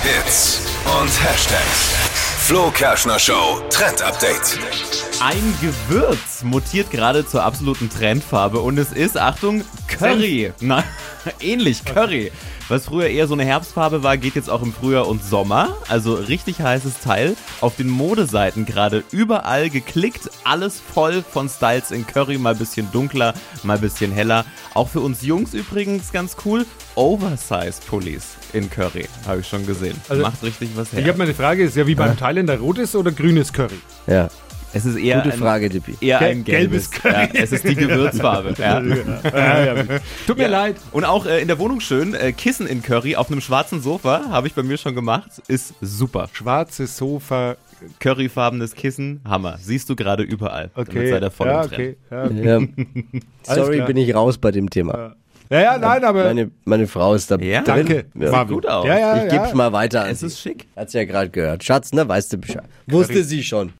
Hits und Hashtags. Flo Kerschner Show Trend Update. Ein Gewürz mutiert gerade zur absoluten Trendfarbe und es ist, Achtung, Curry. Nein, ähnlich, Curry. Was früher eher so eine Herbstfarbe war, geht jetzt auch im Frühjahr und Sommer. Also richtig heißes Teil. Auf den Modeseiten gerade überall geklickt. Alles voll von Styles in Curry. Mal ein bisschen dunkler, mal ein bisschen heller. Auch für uns Jungs übrigens ganz cool. Oversize-Pullis in Curry. Habe ich schon gesehen. Also, macht richtig was her. Ich habe meine Frage, ist ja wie beim Thailänder rotes oder grünes Curry? Ja, Es ist eher gute Frage, Dippi. eher ein Gelbes gelbes Curry. Ja, es ist die Gewürzfarbe. Ja. Tut mir leid. Und auch in der Wohnung schön, Kissen in Curry auf einem schwarzen Sofa, habe ich bei mir schon gemacht, ist super. Schwarzes Sofa. Curryfarbenes Kissen, Hammer. Siehst du gerade überall. Damit Okay. sei der voll Ja, im Trend. okay. Ja. Ja. Sorry, klar. bin ich raus bei dem Thema. Ja, nein, aber Meine Frau ist da Ja? drin. danke. Ja. Marvin. gut aus. Ja, ja, Ich geb's mal weiter an Es sie. ist schick. Hat's ja gerade gehört. Schatz, ne, weißt du Bescheid. Wusste sie schon.